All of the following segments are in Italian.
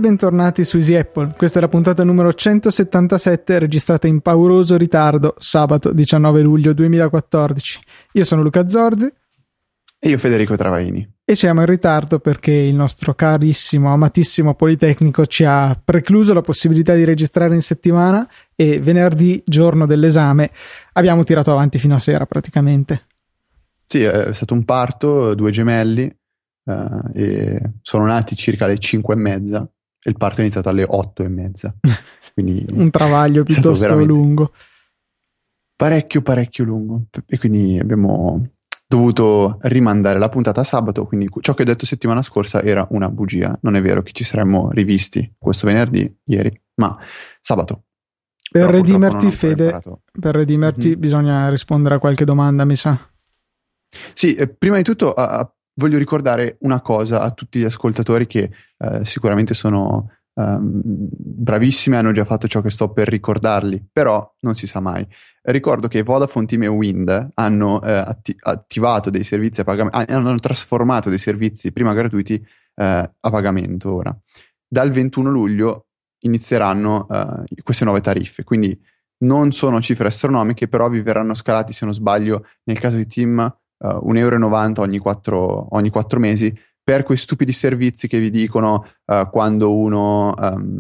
bentornati su Easy Apple. Questa è la puntata numero 177, registrata in pauroso ritardo sabato 19 luglio 2014. Io sono Luca Zorzi. E io Federico Travaini. E siamo in ritardo perché il nostro carissimo, amatissimo Politecnico ci ha precluso la possibilità di registrare in settimana e venerdì, giorno dell'esame, abbiamo tirato avanti fino a sera praticamente. Sì, è stato un parto, 2 gemelli, e sono nati circa alle 5:30 e il parto è iniziato alle 8:30. Quindi un travaglio piuttosto lungo. Parecchio lungo. E quindi abbiamo dovuto rimandare la puntata a sabato, quindi ciò che ho detto settimana scorsa era una bugia. Non è vero che ci saremmo rivisti questo venerdì, ieri, ma sabato. Per redimerti, Fede, bisogna rispondere a qualche domanda, mi sa. Sì, prima di tutto voglio ricordare una cosa a tutti gli ascoltatori che sicuramente sono bravissimi, hanno già fatto ciò che sto per ricordarli, però non si sa mai. Ricordo che Vodafone, Team e Wind hanno attivato dei servizi a pagamento, hanno trasformato dei servizi prima gratuiti a pagamento ora. Dal 21 luglio inizieranno queste nuove tariffe, quindi non sono cifre astronomiche, però vi verranno scalati, se non sbaglio, nel caso di Team €1,90 ogni 4 mesi per quei stupidi servizi che vi dicono quando uno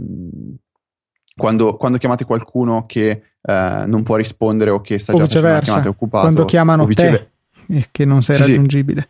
quando chiamate qualcuno che non può rispondere o che sta già facendo una chiamata, è occupato, quando chiamano te e che non sei raggiungibile.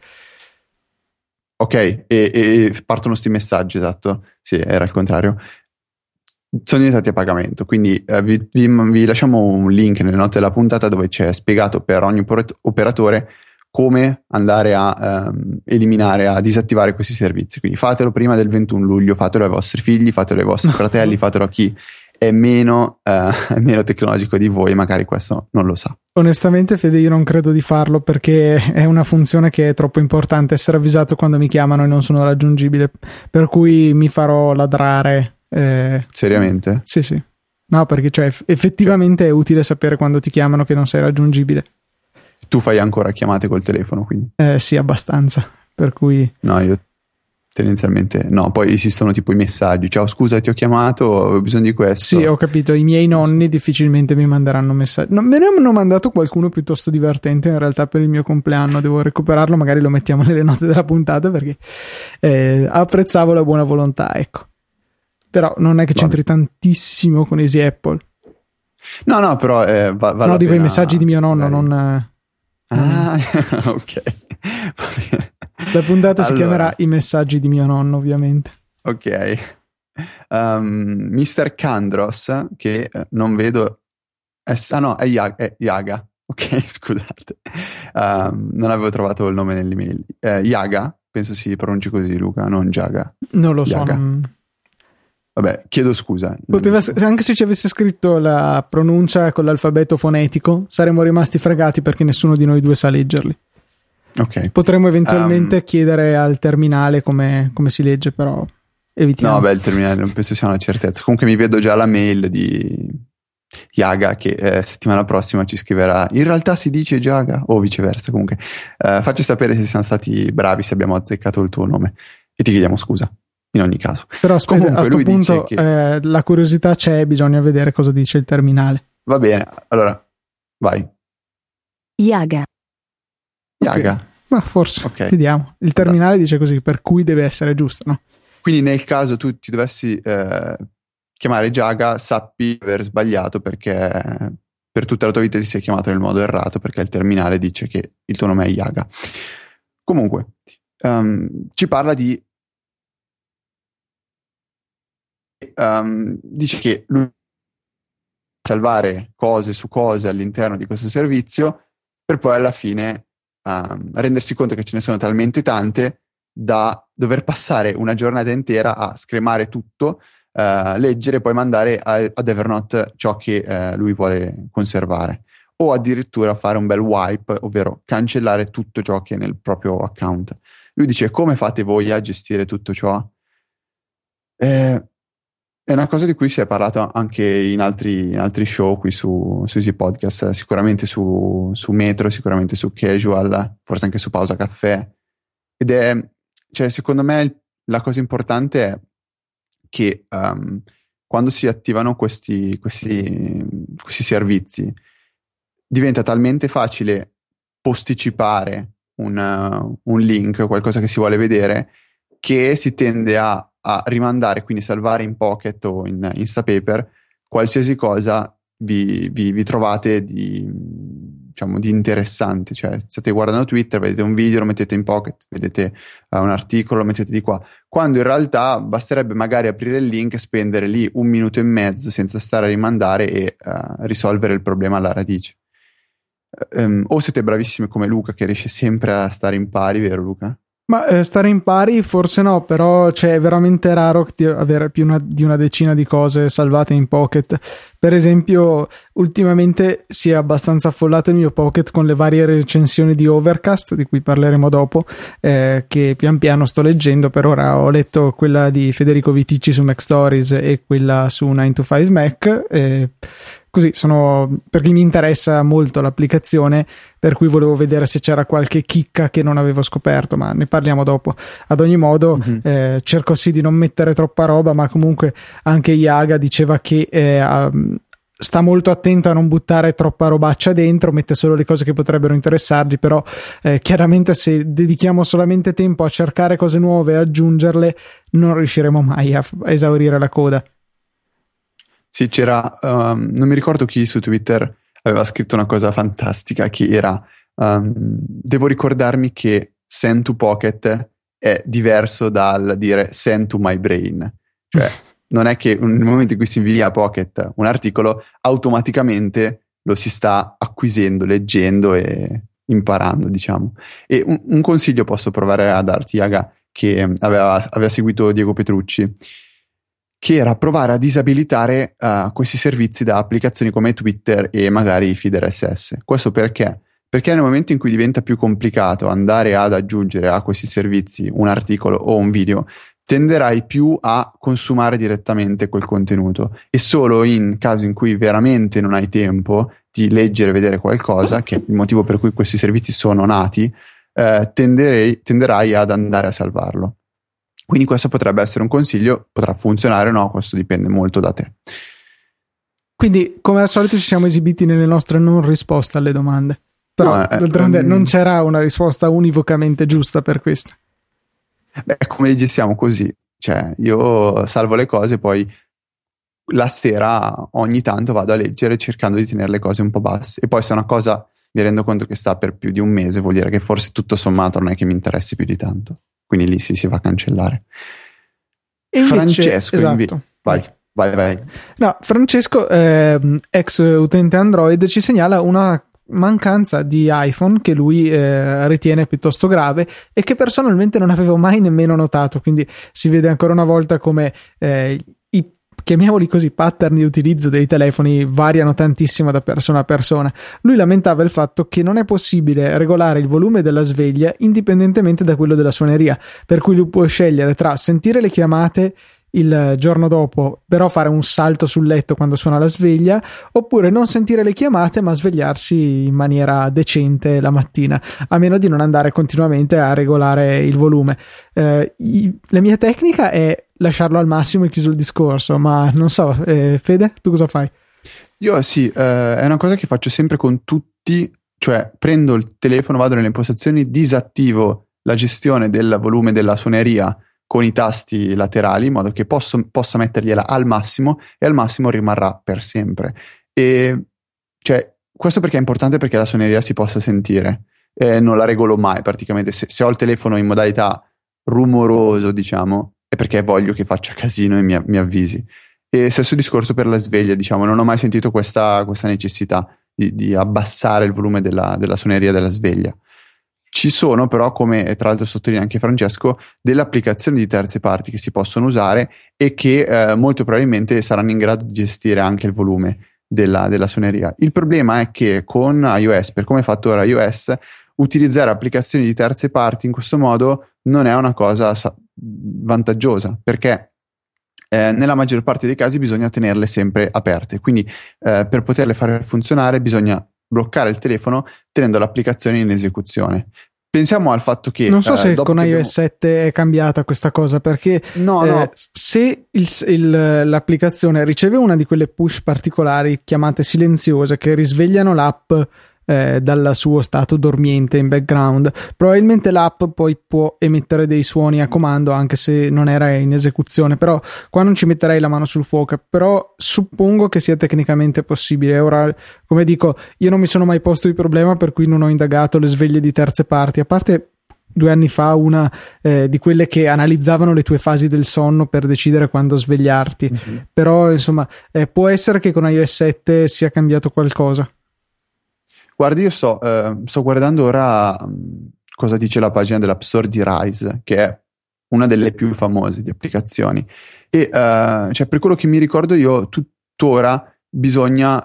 Ok, e partono sti messaggi, esatto, sì, era il contrario. Sono diventati a pagamento, quindi vi lasciamo un link nelle note della puntata dove c'è spiegato per ogni operatore come andare a eliminare, a disattivare questi servizi. Quindi fatelo prima del 21 luglio, fatelo ai vostri figli, fatelo ai vostri fratelli, fatelo a chi è meno tecnologico di voi, magari questo non lo sa. Onestamente, Fede, io non credo di farlo perché è una funzione che è troppo importante, essere avvisato quando mi chiamano e non sono raggiungibile, per cui mi farò ladrare. Seriamente? Sì. No, perché effettivamente è utile sapere quando ti chiamano che non sei raggiungibile. Tu fai ancora chiamate col telefono, quindi? Sì, abbastanza, per cui... No, io tendenzialmente no, poi esistono tipo i messaggi: ciao, scusa, ti ho chiamato, ho bisogno di questo. Sì, ho capito, i miei nonni difficilmente mi manderanno messaggi. Me ne hanno mandato qualcuno piuttosto divertente in realtà per il mio compleanno, devo recuperarlo, magari lo mettiamo nelle note della puntata perché apprezzavo la buona volontà, ecco. Però non è che c'entri tantissimo con Easy Apple. No, però no, dico i messaggi di mio nonno, non... ok, va bene. La puntata si chiamerà I messaggi di mio nonno, ovviamente. Ok. Mr. Kandros, che non vedo, è Yaga. Ok, scusate, non avevo trovato il nome nell'email. Yaga, penso si pronunci così, Luca, non Jaga. Non lo so. Vabbè, chiedo scusa. Anche se ci avesse scritto la pronuncia con l'alfabeto fonetico, saremmo rimasti fregati perché nessuno di noi due sa leggerli. Ok. Potremmo eventualmente chiedere al terminale come si legge, però evitiamo. No, beh, il terminale non penso sia una certezza. Comunque mi vedo già la mail di Yaga che settimana prossima ci scriverà: in realtà si dice Jaga, o viceversa. Comunque facci sapere se siamo stati bravi, se abbiamo azzeccato il tuo nome, e ti chiediamo scusa in ogni caso. Però aspetta, a questo punto che... la curiosità c'è, bisogna vedere cosa dice il terminale. Va bene, allora vai. Yaga. Okay. Ma forse, vediamo. Il terminale dice così, per cui deve essere giusto, no? Quindi nel caso tu ti dovessi chiamare Jaga, sappi di aver sbagliato perché per tutta la tua vita ti sei chiamato nel modo errato, perché il terminale dice che il tuo nome è Yaga. Comunque, ci parla di... dice che lui salvare cose su cose all'interno di questo servizio per poi alla fine rendersi conto che ce ne sono talmente tante da dover passare una giornata intera a scremare tutto, leggere e poi mandare ad Evernote ciò che lui vuole conservare, o addirittura fare un bel wipe, ovvero cancellare tutto ciò che è nel proprio account. Lui dice: come fate voi a gestire tutto ciò? È una cosa di cui si è parlato anche in altri show qui su Easy Podcast, sicuramente su Metro, sicuramente su Casual, forse anche su Pausa Caffè. Ed è, secondo me, la cosa importante è che quando si attivano questi servizi diventa talmente facile posticipare un link o qualcosa che si vuole vedere, che si tende a rimandare, quindi salvare in Pocket o in Instapaper qualsiasi cosa vi trovate di interessante. Cioè, state guardando Twitter, vedete un video, lo mettete in Pocket, vedete un articolo, lo mettete di qua, quando in realtà basterebbe magari aprire il link e spendere lì 1 minuto e mezzo senza stare a rimandare e risolvere il problema alla radice. O siete bravissimi come Luca, che riesce sempre a stare in pari, vero Luca? Ma stare in pari forse no, però è veramente raro avere più di una decina di cose salvate in Pocket. Per esempio, ultimamente si è abbastanza affollato il mio Pocket con le varie recensioni di Overcast, di cui parleremo dopo, che pian piano sto leggendo. Per ora ho letto quella di Federico Viticci su Mac Stories e quella su 9 to 5 Mac, così perché mi interessa molto l'applicazione, per cui volevo vedere se c'era qualche chicca che non avevo scoperto, ma ne parliamo dopo. Ad ogni modo, cerco sì di non mettere troppa roba, ma comunque anche Iaga diceva che sta molto attento a non buttare troppa robaccia dentro, mette solo le cose che potrebbero interessargli, però chiaramente se dedichiamo solamente tempo a cercare cose nuove e aggiungerle, non riusciremo mai a esaurire la coda. Sì, c'era, non mi ricordo chi su Twitter aveva scritto una cosa fantastica, che era devo ricordarmi che send to Pocket è diverso dal dire send to my brain. Cioè non è che nel momento in cui si invia a Pocket un articolo, automaticamente lo si sta acquisendo, leggendo e imparando, diciamo. E un consiglio posso provare a darti, Iaga, che aveva seguito Diego Petrucci, che era provare a disabilitare questi servizi da applicazioni come Twitter e magari i feed RSS. Questo perché? Perché nel momento in cui diventa più complicato andare ad aggiungere a questi servizi un articolo o un video, tenderai più a consumare direttamente quel contenuto, e solo in caso in cui veramente non hai tempo di leggere e vedere qualcosa, che è il motivo per cui questi servizi sono nati, tenderai ad andare a salvarlo. Quindi questo potrebbe essere un consiglio, potrà funzionare o no, questo dipende molto da te. Quindi, come al solito, ci siamo esibiti nelle nostre non risposte alle domande. Però, d'altronde, non c'era una risposta univocamente giusta per questo. Beh, come le gestiamo così? Cioè, io salvo le cose, poi la sera ogni tanto vado a leggere cercando di tenere le cose un po' basse. E poi se una cosa mi rendo conto che sta per più di un mese, vuol dire che forse tutto sommato non è che mi interessi più di tanto. Quindi lì si va a cancellare. E invece, Francesco, esatto. Vai. No, Francesco, ex utente Android, ci segnala una mancanza di iPhone che lui ritiene piuttosto grave e che personalmente non avevo mai nemmeno notato. Quindi si vede ancora una volta come chiamiamoli così, pattern di utilizzo dei telefoni variano tantissimo da persona a persona. Lui lamentava il fatto che non è possibile regolare il volume della sveglia indipendentemente da quello della suoneria, per cui lui può scegliere tra sentire le chiamate il giorno dopo, però fare un salto sul letto quando suona la sveglia, oppure non sentire le chiamate ma svegliarsi in maniera decente la mattina, a meno di non andare continuamente a regolare il volume. La mia tecnica è lasciarlo al massimo e chiuso il discorso, ma non so, Fede, tu cosa fai? Io sì, è una cosa che faccio sempre con tutti, cioè prendo il telefono, vado nelle impostazioni, disattivo la gestione del volume della suoneria con i tasti laterali, in modo che possa mettergliela al massimo, e al massimo rimarrà per sempre. E cioè, questo perché è importante, perché la suoneria si possa sentire. Non la regolo mai praticamente. Se ho il telefono in modalità rumoroso, diciamo, è perché voglio che faccia casino e mi avvisi. E stesso discorso per la sveglia, diciamo, non ho mai sentito questa necessità di abbassare il volume della suoneria della sveglia. Ci sono però, come tra l'altro sottolinea anche Francesco, delle applicazioni di terze parti che si possono usare e che molto probabilmente saranno in grado di gestire anche il volume della suoneria. Il problema è che con iOS, per come è fatto ora iOS, utilizzare applicazioni di terze parti in questo modo non è una cosa vantaggiosa, perché nella maggior parte dei casi bisogna tenerle sempre aperte. Quindi per poterle fare funzionare bisogna bloccare il telefono tenendo l'applicazione in esecuzione. pensiamo al fatto che non so se con iOS 7 è cambiata questa cosa, perché no. Se l'applicazione riceve una di quelle push particolari chiamate silenziose che risvegliano l'app dal suo stato dormiente in background, probabilmente l'app poi può emettere dei suoni a comando anche se non era in esecuzione, però qua non ci metterei la mano sul fuoco, però suppongo che sia tecnicamente possibile. Ora, come dico, io non mi sono mai posto il problema, per cui non ho indagato le sveglie di terze parti, a parte 2 anni fa una di quelle che analizzavano le tue fasi del sonno per decidere quando svegliarti. Però insomma può essere che con iOS 7 sia cambiato qualcosa. Guardi, io sto guardando ora cosa dice la pagina dell'App Store di Rise, che è una delle più famose di applicazioni, e cioè, per quello che mi ricordo io, tuttora bisogna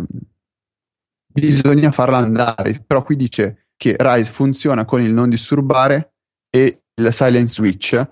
farla andare, però qui dice che Rise funziona con il non disturbare e il silent switch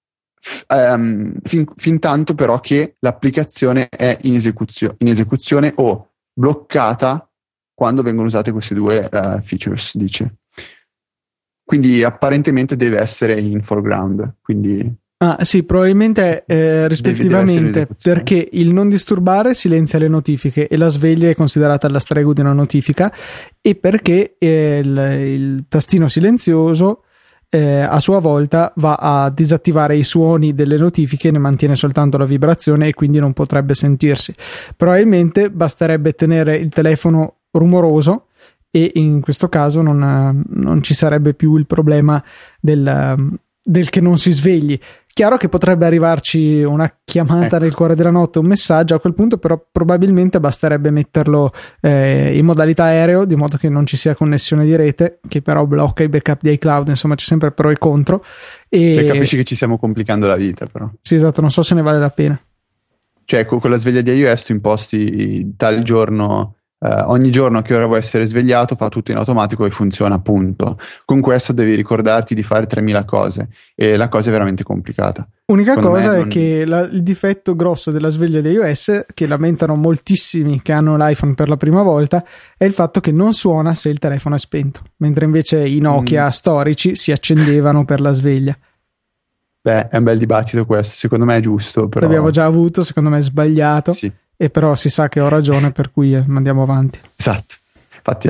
fin tanto però che l'applicazione è in esecuzione o bloccata quando vengono usate queste 2 features, dice. Quindi apparentemente deve essere in foreground, quindi... sì, probabilmente rispettivamente perché il non disturbare silenzia le notifiche e la sveglia è considerata alla stregua di una notifica, e perché il tastino silenzioso a sua volta va a disattivare i suoni delle notifiche, ne mantiene soltanto la vibrazione e quindi non potrebbe sentirsi. Probabilmente basterebbe tenere il telefono rumoroso e in questo caso non ci sarebbe più il problema del che non si svegli. Chiaro che potrebbe arrivarci una chiamata nel cuore della notte, un messaggio, a quel punto però probabilmente basterebbe metterlo in modalità aereo, di modo che non ci sia connessione di rete, che però blocca il backup di iCloud. Insomma, c'è sempre pro e contro, e capisci che ci stiamo complicando la vita, però. Sì, esatto, non so se ne vale la pena. Cioè, con la sveglia di iOS tu imposti tal giorno, ogni giorno che ora vuoi essere svegliato, fa tutto in automatico e funziona, appunto. Con questo devi ricordarti di fare 3000 cose e la cosa è veramente complicata. Unica cosa è che il difetto grosso della sveglia di iOS, che lamentano moltissimi che hanno l'iPhone per la prima volta, è il fatto che non suona se il telefono è spento, mentre invece i Nokia storici si accendevano per la sveglia. Beh, è un bel dibattito questo, secondo me è giusto, però... L'abbiamo già avuto, secondo me è sbagliato. Sì. E però si sa che ho ragione, per cui andiamo avanti. Esatto. Infatti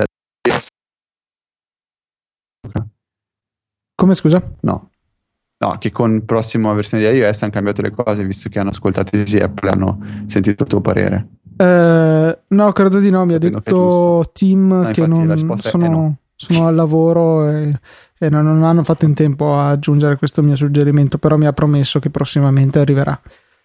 come, scusa? No, che con la prossima versione di iOS hanno cambiato le cose, visto che hanno ascoltato di Apple e hanno sentito il tuo parere. No, credo di no. Mi ha detto Tim che non sono al lavoro e non hanno fatto in tempo a aggiungere questo mio suggerimento, però mi ha promesso che prossimamente arriverà.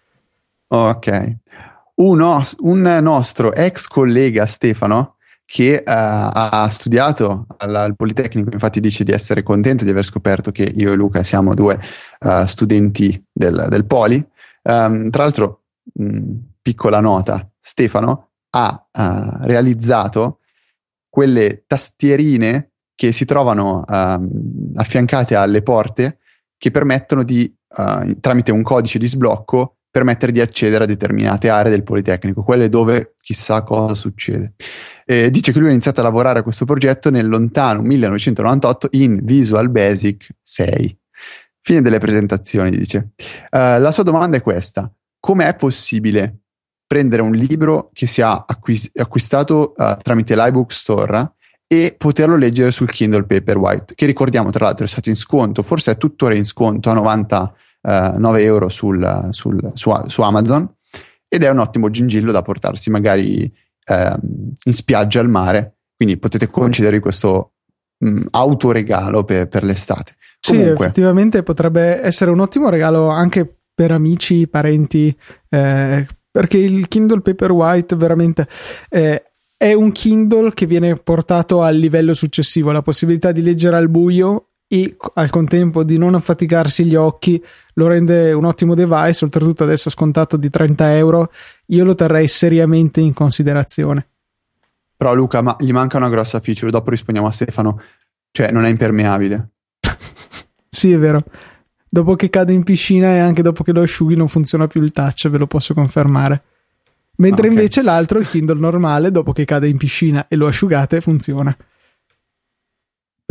Ok. Un nostro ex collega, Stefano, che ha studiato al Politecnico, infatti dice di essere contento di aver scoperto che io e Luca siamo 2 studenti del Poli. Tra l'altro, piccola nota, Stefano ha realizzato quelle tastierine che si trovano affiancate alle porte, che permettono di, tramite un codice di sblocco, permettere di accedere a determinate aree del Politecnico, quelle dove chissà cosa succede. Dice che lui ha iniziato a lavorare a questo progetto nel lontano 1998 in Visual Basic 6. Fine delle presentazioni, dice. La sua domanda è questa: com'è possibile prendere un libro che si è acquistato tramite l'iBook Store e poterlo leggere sul Kindle Paperwhite, che ricordiamo tra l'altro è stato in sconto, forse è tuttora in sconto a 99 euro su Amazon, ed è un ottimo gingillo da portarsi magari in spiaggia al mare, quindi potete concedervi questo autoregalo per l'estate. Comunque, sì, effettivamente potrebbe essere un ottimo regalo anche per amici, parenti, perché il Kindle Paperwhite veramente è un Kindle che viene portato al livello successivo, la possibilità di leggere al buio e al contempo di non affaticarsi gli occhi lo rende un ottimo device. Oltretutto adesso scontato di 30 euro, io lo terrei seriamente in considerazione. Però Luca, ma gli manca una grossa feature, dopo rispondiamo a Stefano, cioè non è impermeabile. Sì, è vero, dopo che cade in piscina e anche dopo che lo asciughi non funziona più il touch, ve lo posso confermare. Mentre invece l'altro, il Kindle normale, dopo che cade in piscina e lo asciugate, funziona.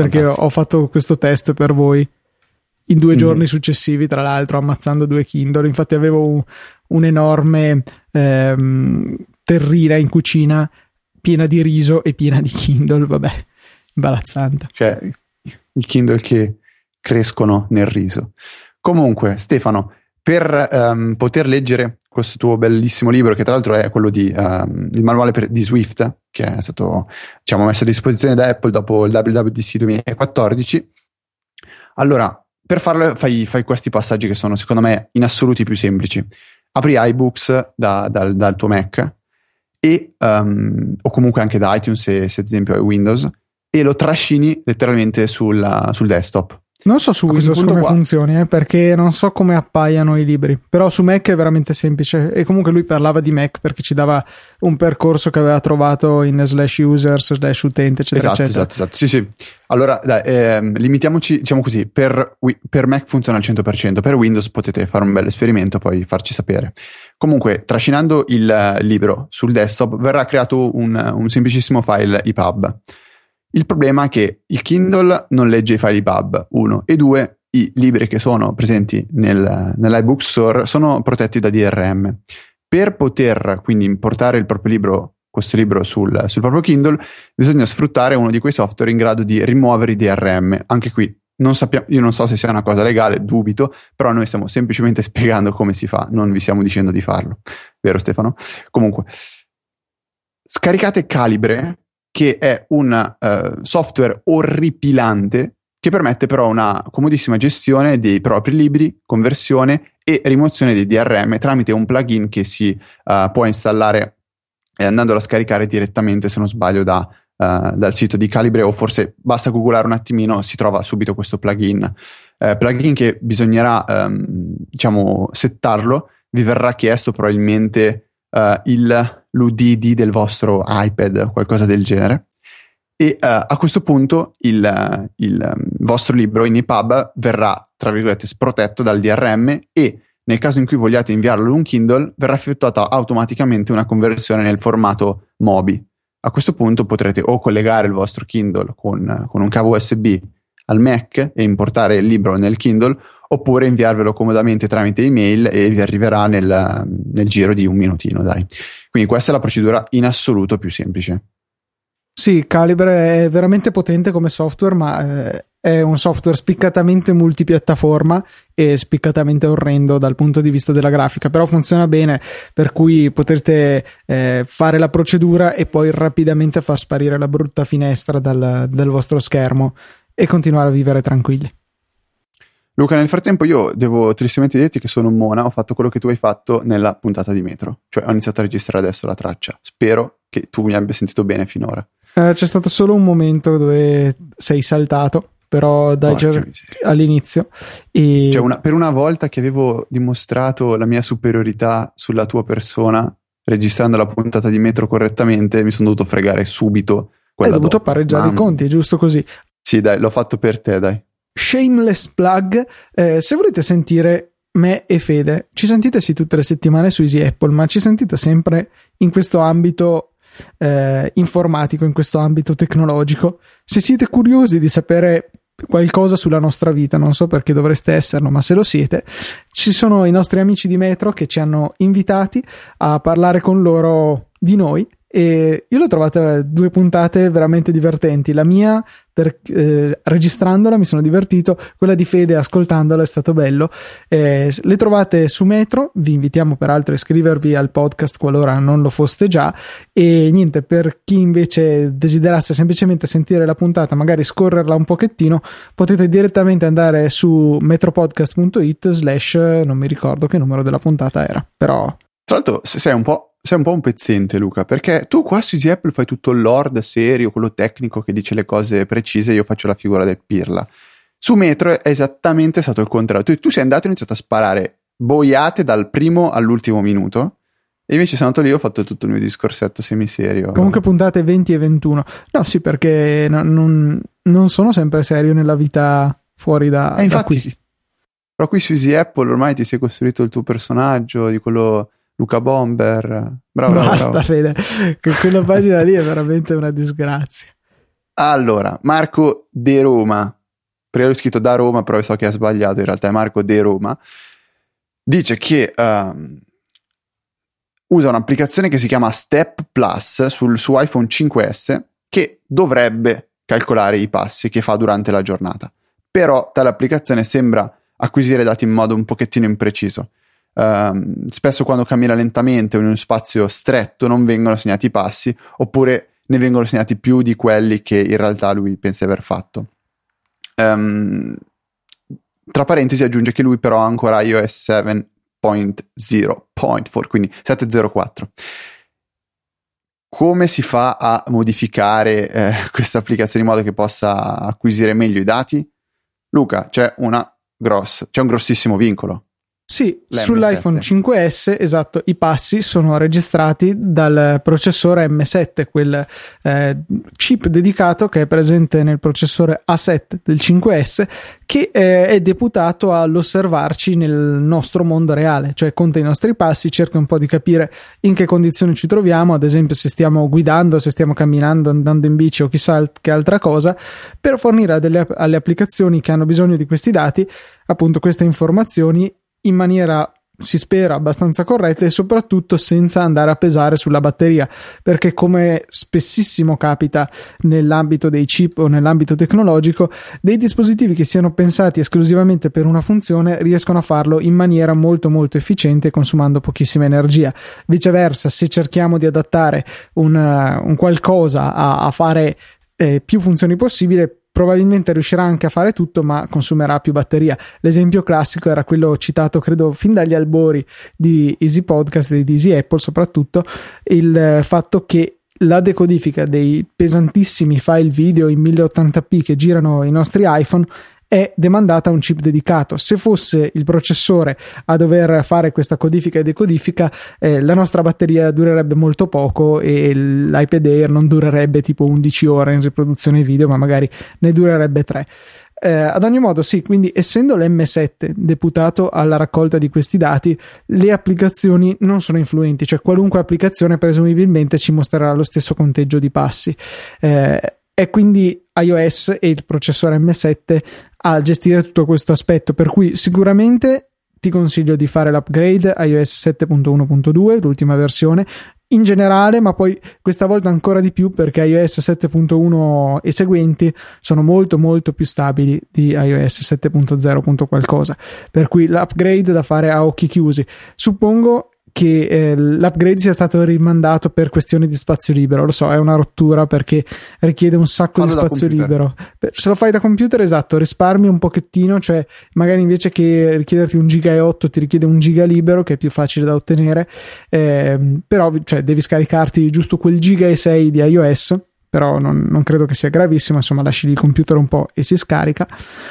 perché Fantastico. ho fatto questo test per voi in 2 giorni successivi, tra l'altro ammazzando 2 Kindle. Infatti avevo un'enorme terrina in cucina piena di riso e piena di Kindle, vabbè, imbarazzante. Cioè, i Kindle che crescono nel riso. Comunque, Stefano, per poter leggere questo tuo bellissimo libro, che tra l'altro è quello di il manuale di Swift, che è stato, diciamo, messo a disposizione da Apple dopo il WWDC 2014, allora, per farlo fai questi passaggi che sono, secondo me, in assoluti più semplici. Apri iBooks dal tuo Mac e, o comunque anche da iTunes se ad esempio hai Windows, e lo trascini letteralmente sul desktop. Non so su Windows come funzioni, perché non so come appaiano i libri, però su Mac è veramente semplice. E comunque lui parlava di Mac perché ci dava un percorso che aveva trovato in /user/utente, eccetera, eccetera. Esatto. Sì. Allora, dai, limitiamoci, diciamo così, per Mac funziona al 100%, per Windows potete fare un bel esperimento, poi farci sapere. Comunque, trascinando il libro sul desktop verrà creato un semplicissimo file EPUB. Il problema è che il Kindle non legge i file EPUB, 1, e 2, i libri che sono presenti nell'iBook Store sono protetti da DRM. Per poter quindi importare questo libro sul proprio Kindle, bisogna sfruttare uno di quei software in grado di rimuovere i DRM. Anche qui io non so se sia una cosa legale, dubito, però noi stiamo semplicemente spiegando come si fa, non vi stiamo dicendo di farlo. Vero, Stefano? Comunque, scaricate Calibre, che è un software orripilante che permette però una comodissima gestione dei propri libri, conversione e rimozione dei DRM tramite un plugin che si può installare andandolo a scaricare direttamente, se non sbaglio, dal sito di Calibre, o forse basta googlare un attimino, si trova subito questo plugin. Plugin che bisognerà diciamo settarlo, vi verrà chiesto probabilmente l'UDD del vostro iPad o qualcosa del genere, e a questo punto il vostro libro in EPUB verrà, tra virgolette, sprotetto dal DRM, e nel caso in cui vogliate inviarlo in un Kindle verrà effettuata automaticamente una conversione nel formato MOBI. A questo punto potrete o collegare il vostro Kindle con un cavo USB al Mac e importare il libro nel Kindle, oppure inviarvelo comodamente tramite email e vi arriverà nel giro di un minutino, dai. Quindi questa è la procedura in assoluto più semplice. Sì, Calibre è veramente potente come software, ma è un software spiccatamente multipiattaforma e spiccatamente orrendo dal punto di vista della grafica, però funziona bene, per cui potrete fare la procedura e poi rapidamente far sparire la brutta finestra dal vostro schermo e continuare a vivere tranquilli. Luca, nel frattempo io devo tristemente dirti che sono un mona, ho fatto quello che tu hai fatto nella puntata di Metro, cioè ho iniziato a registrare adesso la traccia. Spero che tu mi abbia sentito bene finora. C'è stato solo un momento dove sei saltato, però all'inizio. E... Cioè per una volta che avevo dimostrato la mia superiorità sulla tua persona, registrando la puntata di Metro correttamente, mi sono dovuto fregare subito. Hai dovuto pareggiare i conti, è giusto così. Sì, dai, l'ho fatto per te, dai. Shameless plug, se volete sentire me e Fede, ci sentite sì tutte le settimane su Easy Apple, ma ci sentite sempre in questo ambito informatico, in questo ambito tecnologico. Se siete curiosi di sapere qualcosa sulla nostra vita, non so perché dovreste esserlo, ma se lo siete, ci sono i nostri amici di Metro che ci hanno invitati a parlare con loro di noi, e io l'ho trovata 2 puntate veramente divertenti. La mia registrandola mi sono divertito, quella di Fede ascoltandola è stato bello. Le trovate su Metro, vi invitiamo peraltro a iscrivervi al podcast qualora non lo foste già, e niente, per chi invece desiderasse semplicemente sentire la puntata, magari scorrerla un pochettino, potete direttamente andare su metropodcast.it/ non mi ricordo che numero della puntata era, però tra l'altro sei un po' un pezzente, Luca, perché tu qua su Easy Apple fai tutto il lord serio, quello tecnico che dice le cose precise, io faccio la figura del pirla. Su Metro è esattamente stato il contrario. Tu sei andato e hai iniziato a sparare boiate dal primo all'ultimo minuto, e invece sono andato lì e ho fatto tutto il mio discorsetto semiserio. Comunque puntate 20 e 21. No, sì, perché non sono sempre serio nella vita fuori da infatti, qui. Però qui su Easy Apple ormai ti sei costruito il tuo personaggio di quello Luca Bomber. Bravo. Basta, bravo. Fede, quella pagina lì è veramente una disgrazia. Allora, Marco De Roma, prima ho scritto da Roma, però so che ha sbagliato, in realtà è Marco De Roma, dice che usa un'applicazione che si chiama Step Plus su iPhone 5S che dovrebbe calcolare i passi che fa durante la giornata. Però tale applicazione sembra acquisire dati in modo un pochettino impreciso. Spesso quando cammina lentamente o in uno spazio stretto non vengono segnati i passi, oppure ne vengono segnati più di quelli che in realtà lui pensa di aver fatto. Tra parentesi aggiunge che lui però ha ancora iOS 7.0.4, quindi 7.04. Come si fa a modificare questa applicazione in modo che possa acquisire meglio i dati? Luca, c'è un grossissimo vincolo. Sì, sull'iPhone 5S, esatto, i passi sono registrati dal processore M7, quel chip dedicato che è presente nel processore A7 del 5S, che è deputato all'osservarci nel nostro mondo reale, cioè conta i nostri passi, cerca un po' di capire in che condizioni ci troviamo, ad esempio se stiamo guidando, se stiamo camminando, andando in bici o chissà che altra cosa, per fornire alle applicazioni che hanno bisogno di questi dati, appunto queste informazioni, in maniera, si spera, abbastanza corretta e soprattutto senza andare a pesare sulla batteria, perché come spessissimo capita nell'ambito dei chip o nell'ambito tecnologico, dei dispositivi che siano pensati esclusivamente per una funzione riescono a farlo in maniera molto molto efficiente consumando pochissima energia. Viceversa, se cerchiamo di adattare un qualcosa a fare più funzioni possibile, probabilmente riuscirà anche a fare tutto, ma consumerà più batteria. L'esempio classico era quello citato credo fin dagli albori di Easy Podcast e di Easy Apple, soprattutto il fatto che la decodifica dei pesantissimi file video in 1080p che girano i nostri iPhone è demandata a un chip dedicato. Se fosse il processore a dover fare questa codifica e decodifica, la nostra batteria durerebbe molto poco e l'iPad Air non durerebbe tipo 11 ore in riproduzione video, ma magari ne durerebbe 3. Ad ogni modo, sì, quindi essendo l'M7 deputato alla raccolta di questi dati, le applicazioni non sono influenti, cioè qualunque applicazione presumibilmente ci mostrerà lo stesso conteggio di passi. È quindi iOS e il processore M7 a gestire tutto questo aspetto, per cui sicuramente ti consiglio di fare l'upgrade a iOS 7.1.2, l'ultima versione in generale, ma poi questa volta ancora di più perché iOS 7.1 e seguenti sono molto molto più stabili di iOS 7.0. qualcosa, per cui l'upgrade da fare a occhi chiusi. Suppongo che l'upgrade sia stato rimandato per questioni di spazio libero, lo so, è una rottura perché richiede un sacco di spazio libero. Se lo fai da computer, esatto, risparmi un pochettino, cioè magari invece che richiederti 1,8 giga ti richiede 1 giga libero, che è più facile da ottenere, però cioè, devi scaricarti giusto quel 1,6 giga di iOS, però non credo che sia gravissimo, insomma lasci il computer un po' e si scarica.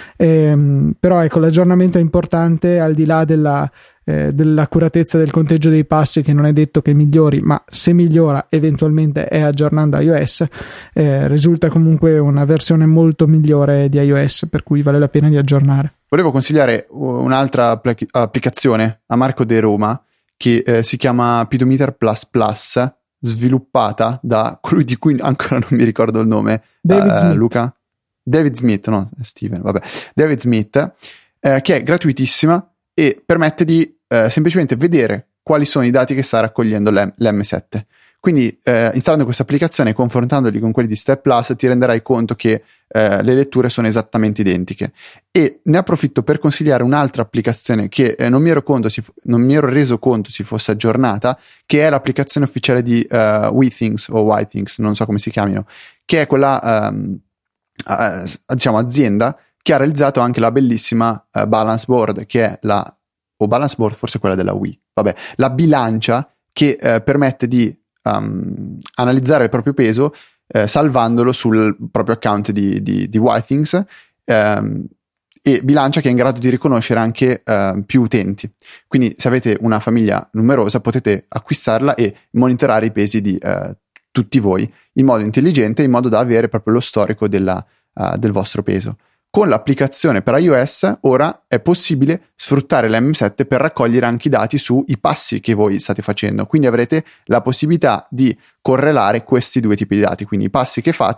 Però ecco, l'aggiornamento è importante, al di là dell'accuratezza del conteggio dei passi, che non è detto che migliori, ma se migliora eventualmente è aggiornando iOS, risulta comunque una versione molto migliore di iOS, per cui vale la pena di aggiornare. Volevo consigliare un'altra applicazione a Marco De Roma che si chiama Pedometer Plus, sviluppata da colui di cui ancora non mi ricordo il nome. David Smith. Luca? David Smith, no, Steven, vabbè. David Smith, che è gratuitissima e permette di semplicemente vedere quali sono i dati che sta raccogliendo l'M7. Quindi installando questa applicazione e confrontandoli con quelli di Step Plus ti renderai conto che le letture sono esattamente identiche. E ne approfitto per consigliare un'altra applicazione che non mi ero reso conto si fosse aggiornata, che è l'applicazione ufficiale di WeThings o WhyThings, non so come si chiamino, che è quella diciamo azienda che ha realizzato anche la bellissima Balance Board, che è Balance Board, forse quella della Wii, vabbè, la bilancia che permette di analizzare il proprio peso salvandolo sul proprio account di WhyThings, e bilancia che è in grado di riconoscere anche più utenti. Quindi se avete una famiglia numerosa potete acquistarla e monitorare i pesi di tutti voi in modo intelligente, in modo da avere proprio lo storico del vostro peso. Con l'applicazione per iOS ora è possibile sfruttare l'M7 per raccogliere anche i dati sui passi che voi state facendo, quindi avrete la possibilità di correlare questi due tipi di dati, quindi i passi che fate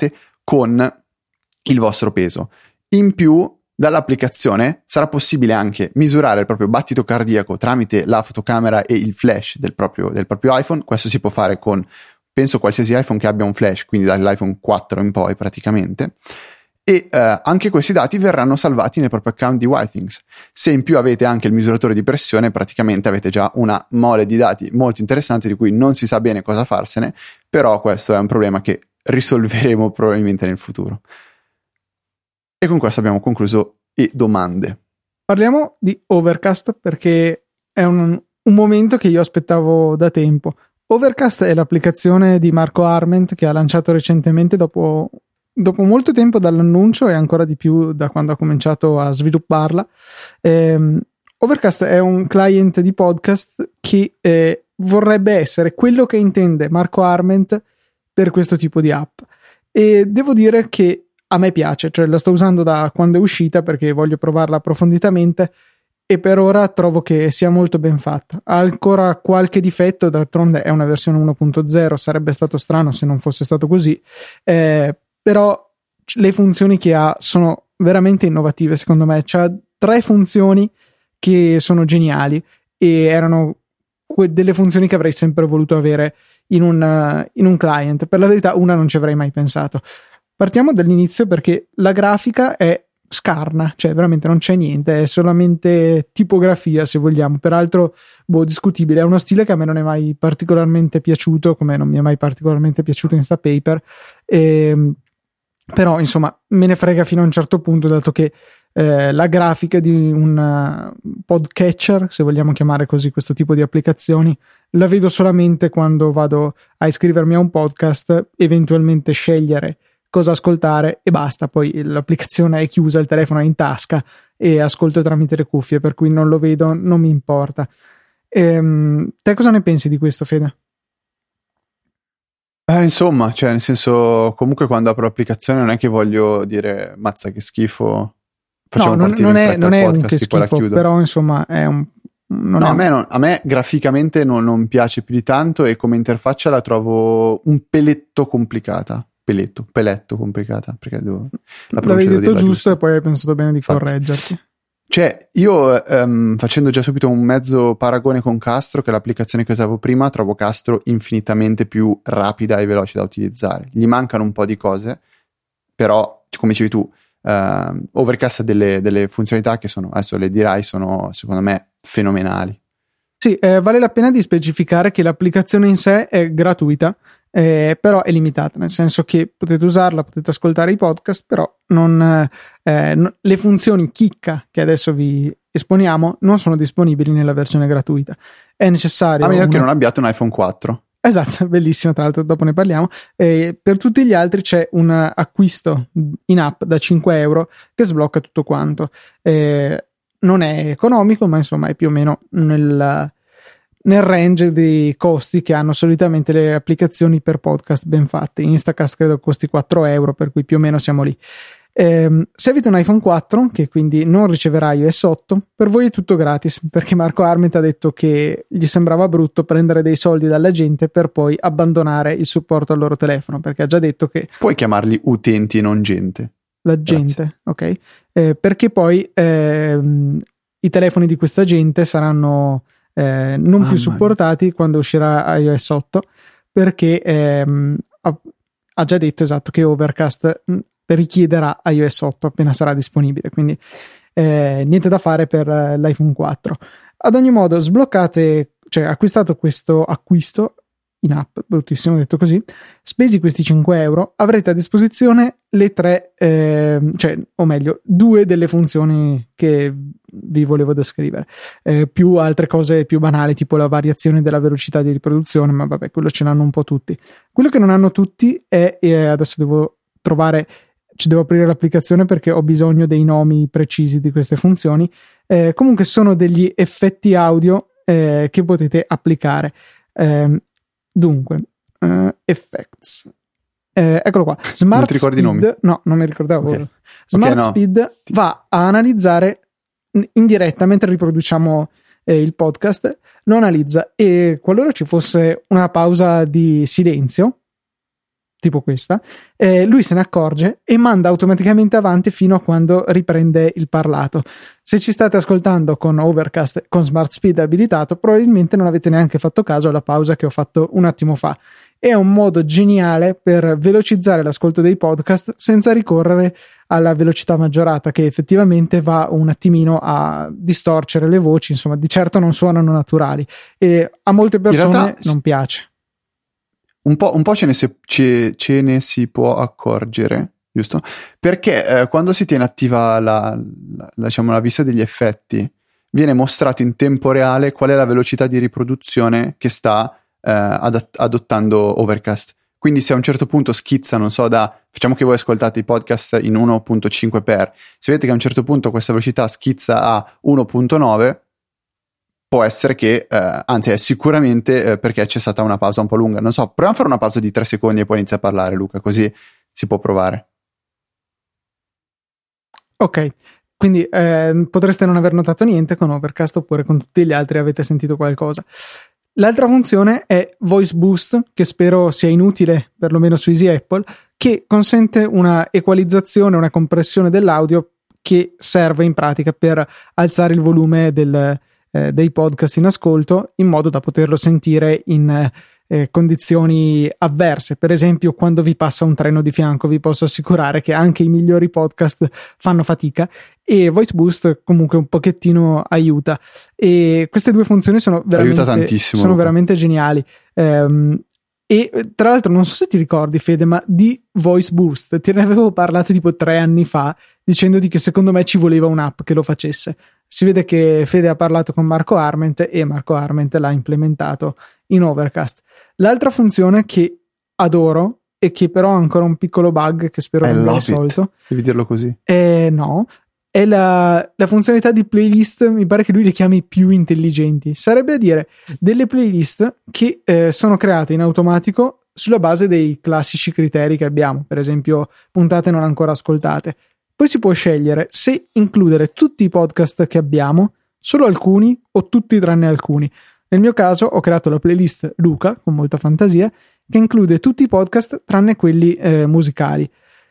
con il vostro peso. In più, dall'applicazione sarà possibile anche misurare il proprio battito cardiaco tramite la fotocamera e il flash del proprio iPhone. Questo si può fare con, penso, qualsiasi iPhone che abbia un flash, quindi dall'iPhone 4 in poi praticamente. E anche questi dati verranno salvati nel proprio account di Withings. Se in più avete anche il misuratore di pressione, praticamente avete già una mole di dati molto interessante di cui non si sa bene cosa farsene, però questo è un problema che risolveremo probabilmente nel futuro. E con questo abbiamo concluso le domande. Parliamo di Overcast, perché è un momento che io aspettavo da tempo. Overcast è l'applicazione di Marco Arment che ha lanciato recentemente dopo molto tempo dall'annuncio e ancora di più da quando ha cominciato a svilupparla. Overcast è un client di podcast che vorrebbe essere quello che intende Marco Arment per questo tipo di app, e devo dire che a me piace, cioè la sto usando da quando è uscita perché voglio provarla approfonditamente e per ora trovo che sia molto ben fatta. Ha ancora qualche difetto, d'altronde è una versione 1.0, sarebbe stato strano se non fosse stato così, però le funzioni che ha sono veramente innovative secondo me. C'ha 3 funzioni che sono geniali e erano delle funzioni che avrei sempre voluto avere in un client. Per la verità una non ci avrei mai pensato. Partiamo dall'inizio perché la grafica è scarna, cioè veramente non c'è niente, è solamente tipografia se vogliamo, peraltro discutibile, è uno stile che a me non è mai particolarmente piaciuto, come non mi è mai particolarmente piaciuto Instapaper, però insomma me ne frega fino a un certo punto, dato che la grafica di un podcatcher, se vogliamo chiamare così questo tipo di applicazioni, la vedo solamente quando vado a iscrivermi a un podcast, eventualmente scegliere cosa ascoltare e basta, poi l'applicazione è chiusa, il telefono è in tasca e ascolto tramite le cuffie, per cui non lo vedo, non mi importa. Te cosa ne pensi di questo, Fede? Insomma, cioè nel senso, comunque quando apro l'applicazione non è che voglio dire mazza che schifo, facciamo partire in fretta il podcast e poi la chiudo. Però insomma è un... A me graficamente non piace più di tanto e come interfaccia la trovo un peletto complicata. Peletto complicata, perché l'avevi detto giusto e poi hai pensato bene di correggerti. Cioè io facendo già subito un mezzo paragone con Castro, che è l'applicazione che usavo prima, trovo Castro infinitamente più rapida e veloce da utilizzare. Gli mancano un po' di cose, però come dicevi tu, Overcast ha delle funzionalità che sono, adesso le dirai, sono secondo me fenomenali. Sì, vale la pena di specificare che l'applicazione in sé è gratuita, però è limitata, nel senso che potete usarla, potete ascoltare i podcast, però le funzioni chicca che adesso vi esponiamo non sono disponibili nella versione gratuita. È necessario, a meno che non abbiate un iPhone 4. Esatto, bellissimo, tra l'altro dopo ne parliamo. Per tutti gli altri c'è un acquisto in app da 5 euro che sblocca tutto quanto. Non è economico, ma insomma è più o meno nel range dei costi che hanno solitamente le applicazioni per podcast ben fatte. Instacast credo costi 4 euro, per cui più o meno siamo lì. Se avete un iPhone 4 che quindi non riceverà iOS 8, per voi è tutto gratis, perché Marco Arment ha detto che gli sembrava brutto prendere dei soldi dalla gente per poi abbandonare il supporto al loro telefono, perché ha già detto che puoi chiamarli utenti e non gente. La gente, ok, perché poi i telefoni di questa gente saranno non più supportati quando uscirà iOS 8, perché ha già detto esatto che Overcast richiederà iOS 8 appena sarà disponibile, quindi niente da fare per l'iPhone 4. Ad ogni modo, sbloccate, cioè acquistato questo acquisto in app, bruttissimo detto così, spesi questi 5 euro, avrete a disposizione le 3, cioè, o meglio, 2 delle funzioni che vi volevo descrivere, più altre cose più banali, tipo la variazione della velocità di riproduzione, ma vabbè, quello ce l'hanno un po' tutti. Quello che non hanno tutti è, adesso ci devo aprire l'applicazione perché ho bisogno dei nomi precisi di queste funzioni, comunque sono degli effetti audio che potete applicare. Dunque, effects, eccolo qua. Smart non ti ricordi Speed, i nomi? no, non mi ricordavo. Okay. Smart Speed va a analizzare in diretta mentre riproduciamo il podcast, lo analizza e qualora ci fosse una pausa di silenzio tipo questa, lui se ne accorge e manda automaticamente avanti fino a quando riprende il parlato. Se ci state ascoltando con Overcast con Smart Speed abilitato, probabilmente non avete neanche fatto caso alla pausa che ho fatto un attimo fa. È un modo geniale per velocizzare l'ascolto dei podcast senza ricorrere alla velocità maggiorata, che effettivamente va un attimino a distorcere le voci, insomma, di certo non suonano naturali e a molte persone non piace. Un po' ce ne si può accorgere, giusto? Perché quando si tiene attiva la vista degli effetti, viene mostrato in tempo reale qual è la velocità di riproduzione che sta adottando Overcast. Quindi se a un certo punto schizza, non so, facciamo che voi ascoltate i podcast in 1.5x, se vedete che a un certo punto questa velocità schizza a 1.9, può essere che, anzi è sicuramente perché c'è stata una pausa un po' lunga. Non so, proviamo a fare una pausa di 3 secondi e poi inizia a parlare, Luca, così si può provare. Ok, quindi potreste non aver notato niente con Overcast, oppure con tutti gli altri avete sentito qualcosa. L'altra funzione è Voice Boost, che spero sia inutile, perlomeno su Easy Apple, che consente una equalizzazione, una compressione dell'audio che serve in pratica per alzare il volume dei podcast in ascolto, in modo da poterlo sentire in condizioni avverse. Per esempio, quando vi passa un treno di fianco, vi posso assicurare che anche i migliori podcast fanno fatica, e Voice Boost comunque un pochettino aiuta, e queste due funzioni sono veramente geniali. E tra l'altro non so se ti ricordi, Fede, ma di Voice Boost te ne avevo parlato tipo 3 anni fa, dicendoti che secondo me ci voleva un'app che lo facesse. Si vede che Fede ha parlato con Marco Arment e Marco Arment l'ha implementato in Overcast. L'altra funzione che adoro e che però ha ancora un piccolo bug che spero non sia risolto, devi dirlo così, no, è la funzionalità di playlist. Mi pare che lui le chiami più intelligenti, sarebbe a dire delle playlist che sono create in automatico sulla base dei classici criteri che abbiamo, per esempio puntate non ancora ascoltate. Poi si può scegliere se includere tutti i podcast che abbiamo, solo alcuni o tutti tranne alcuni. Nel mio caso ho creato la playlist Luca, con molta fantasia, che include tutti i podcast tranne quelli musicali.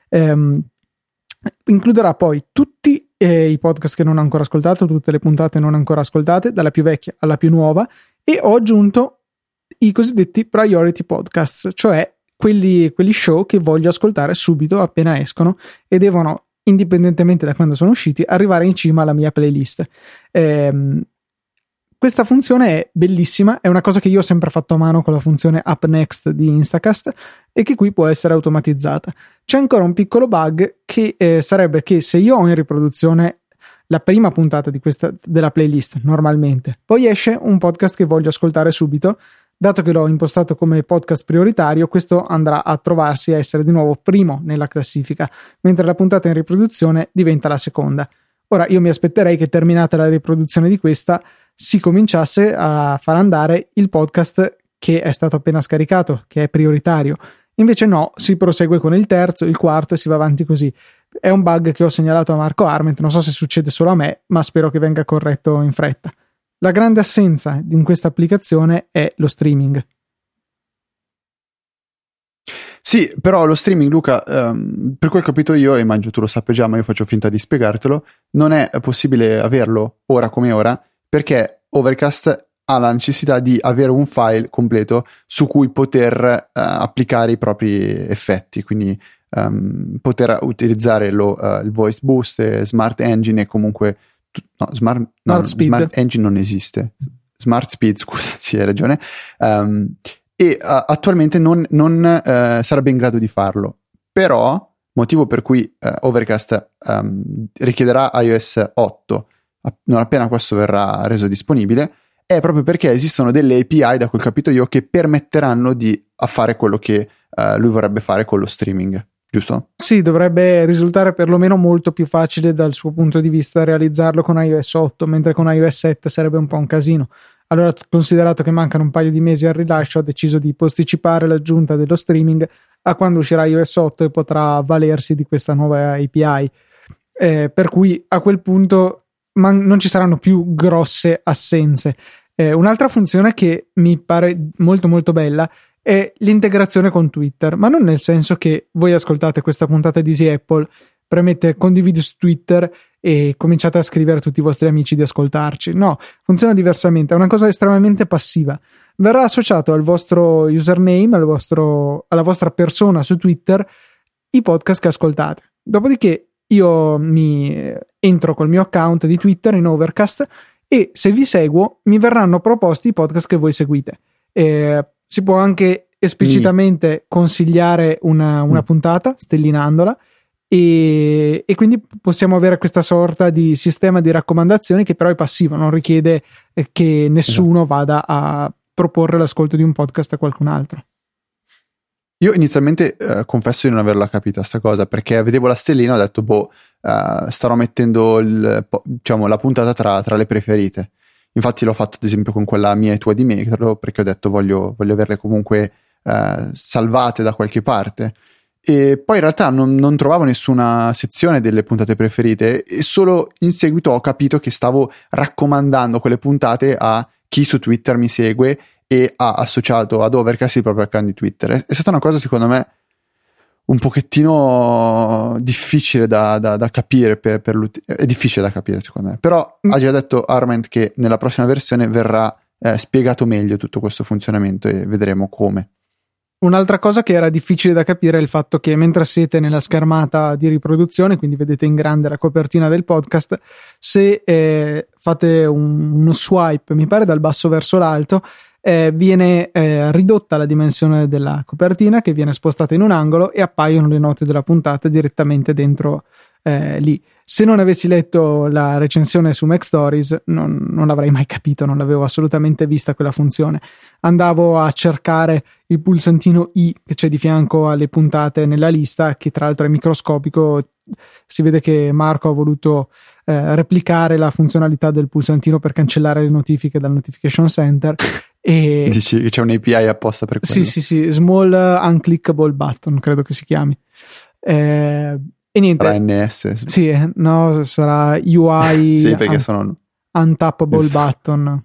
Includerà poi tutti i podcast che non ho ancora ascoltato, tutte le puntate non ancora ascoltate, dalla più vecchia alla più nuova, e ho aggiunto i cosiddetti priority podcasts, cioè quelli show che voglio ascoltare subito appena escono e devono, indipendentemente da quando sono usciti, arrivare in cima alla mia playlist. Questa funzione è bellissima, è una cosa che io ho sempre fatto a mano con la funzione Up Next di Instacast e che qui può essere automatizzata. C'è ancora un piccolo bug che sarebbe che se io ho in riproduzione la prima puntata della playlist normalmente, poi esce un podcast che voglio ascoltare subito, dato che l'ho impostato come podcast prioritario, questo andrà a trovarsi a essere di nuovo primo nella classifica, mentre la puntata in riproduzione diventa la seconda. Ora io mi aspetterei che, terminata la riproduzione di questa, si cominciasse a far andare il podcast che è stato appena scaricato, che è prioritario. Invece no, si prosegue con il terzo, il quarto e si va avanti così. È un bug che ho segnalato a Marco Arment, non so se succede solo a me, ma spero che venga corretto in fretta. La grande assenza in questa applicazione è lo streaming. Sì, però lo streaming, Luca, per quel che ho capito io, e immagino tu lo sappia già, ma io faccio finta di spiegartelo, non è possibile averlo ora come ora, perché Overcast ha la necessità di avere un file completo su cui poter applicare i propri effetti, quindi poter utilizzare il Voice Boost, Smart Engine e comunque Smart Engine non esiste, Smart Speed, scusa, sì, hai ragione, e attualmente non sarebbe in grado di farlo, però motivo per cui Overcast richiederà iOS 8 non appena questo verrà reso disponibile, è proprio perché esistono delle API, da quel capito io, che permetteranno di fare quello che lui vorrebbe fare con lo streaming, giusto? Sì, dovrebbe risultare perlomeno molto più facile dal suo punto di vista realizzarlo con iOS 8, mentre con iOS 7 sarebbe un po' un casino. Allora, considerato che mancano un paio di mesi al rilascio, ho deciso di posticipare l'aggiunta dello streaming a quando uscirà iOS 8 e potrà avvalersi di questa nuova API. Per cui a quel punto non ci saranno più grosse assenze. Un'altra funzione che mi pare molto molto bella è l'integrazione con Twitter, ma non nel senso che voi ascoltate questa puntata di Easy Apple, premette condividi su Twitter e cominciate a scrivere a tutti i vostri amici di ascoltarci. No, funziona diversamente, è una cosa estremamente passiva. Verrà associato al vostro username, alla vostra persona su Twitter, i podcast che ascoltate. Dopodiché io mi entro col mio account di Twitter in Overcast e se vi seguo mi verranno proposti i podcast che voi seguite. Si può anche esplicitamente consigliare una puntata stellinandola e quindi possiamo avere questa sorta di sistema di raccomandazioni che però è passivo, non richiede che nessuno vada a proporre l'ascolto di un podcast a qualcun altro. Io inizialmente confesso di non averla capita sta cosa, perché vedevo la stellina e ho detto starò mettendo la puntata tra le preferite. Infatti l'ho fatto ad esempio con quella mia e tua di Metro, perché ho detto voglio averle comunque salvate da qualche parte, e poi in realtà non trovavo nessuna sezione delle puntate preferite e solo in seguito ho capito che stavo raccomandando quelle puntate a chi su Twitter mi segue e ha associato ad Overcast il proprio account di Twitter. È stata una cosa secondo me un pochettino difficile da capire per l'utente. È difficile da capire secondo me, però ha già detto Arment che nella prossima versione verrà spiegato meglio tutto questo funzionamento e vedremo come. Un'altra cosa che era difficile da capire è il fatto che mentre siete nella schermata di riproduzione, quindi vedete in grande la copertina del podcast, se fate uno swipe, mi pare dal basso verso l'alto, viene ridotta la dimensione della copertina, che viene spostata in un angolo e appaiono le note della puntata direttamente dentro lì. Se non avessi letto la recensione su Mac Stories non l'avrei mai capito, non l'avevo assolutamente vista quella funzione. Andavo a cercare il pulsantino I che c'è di fianco alle puntate nella lista, che tra l'altro è microscopico. Si vede che Marco ha voluto replicare la funzionalità del pulsantino per cancellare le notifiche dal notification center. E dici che c'è un API apposta per quello? Sì, small unclickable button credo che si chiami, e niente, sarà NS sì, no, sarà UI sì, perché sono untappable button.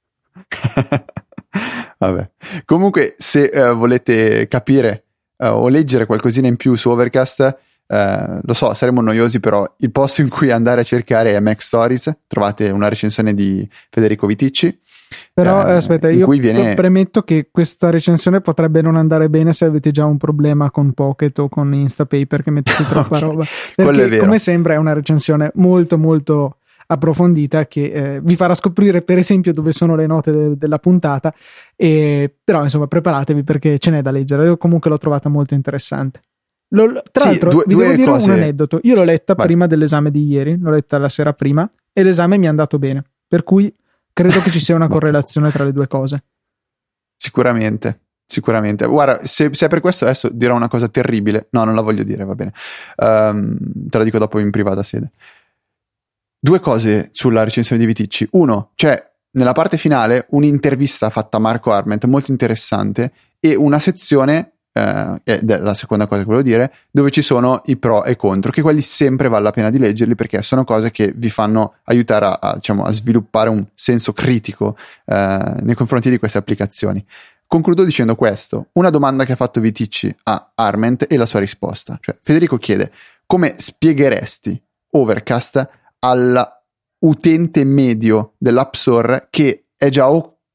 Vabbè, comunque se volete capire o leggere qualcosina in più su Overcast, lo so, saremo noiosi, però il posto in cui andare a cercare è Mac Stories. Trovate una recensione di Federico Viticci. Però aspetta, io premetto che questa recensione potrebbe non andare bene se avete già un problema con Pocket o con Instapaper che mettete troppa roba, perché come sembra è una recensione molto molto approfondita che vi farà scoprire per esempio dove sono le note della puntata, però insomma preparatevi perché ce n'è da leggere. Io comunque l'ho trovata molto interessante. Tra l'altro vi devo dire un aneddoto. Io l'ho letta prima dell'esame di ieri, l'ho letta la sera prima e l'esame mi è andato bene, per cui credo che ci sia una correlazione tra le due cose. Sicuramente. Guarda, se è per questo adesso dirò una cosa terribile. No, non la voglio dire, va bene. Te la dico dopo in privata sede. Due cose sulla recensione di Viticci. Uno, c'è nella parte finale un'intervista fatta a Marco Arment molto interessante e una sezione, la seconda cosa che volevo dire, dove ci sono i pro e contro, che quelli sempre vale la pena di leggerli perché sono cose che vi fanno aiutare a sviluppare un senso critico nei confronti di queste applicazioni. Concludo dicendo questo: una domanda che ha fatto Viticci a Arment e la sua risposta. Cioè, Federico chiede: come spiegheresti Overcast all'utente medio dell'App Store che è già,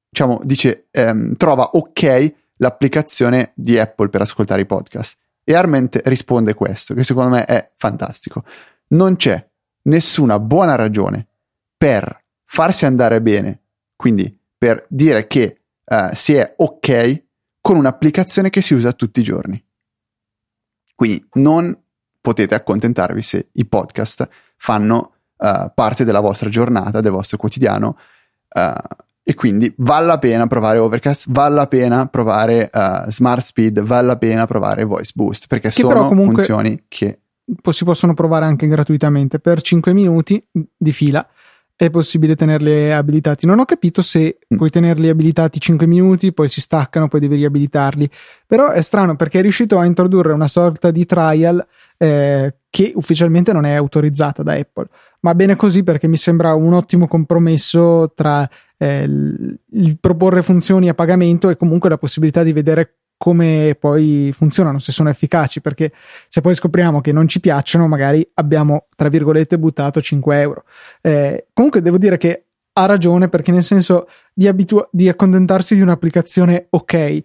trova ok l'applicazione di Apple per ascoltare i podcast? E Arment risponde questo, che secondo me è fantastico: non c'è nessuna buona ragione per farsi andare bene, quindi per dire che si è ok con un'applicazione che si usa tutti i giorni. Quindi non potete accontentarvi se i podcast fanno parte della vostra giornata, del vostro quotidiano, e quindi vale la pena provare Overcast, vale la pena provare Smart Speed, vale la pena provare Voice Boost, perché sono funzioni che si possono provare anche gratuitamente per 5 minuti di fila. È possibile tenerli abilitati. Non ho capito se puoi tenerli abilitati 5 minuti, poi si staccano, poi devi riabilitarli. Però è strano perché è riuscito a introdurre una sorta di trial che ufficialmente non è autorizzata da Apple. Ma bene così, perché mi sembra un ottimo compromesso tra il proporre funzioni a pagamento e comunque la possibilità di vedere come poi funzionano, se sono efficaci, perché se poi scopriamo che non ci piacciono, magari abbiamo, tra virgolette, buttato 5 euro. Comunque devo dire che ha ragione, perché nel senso di accontentarsi di un'applicazione ok.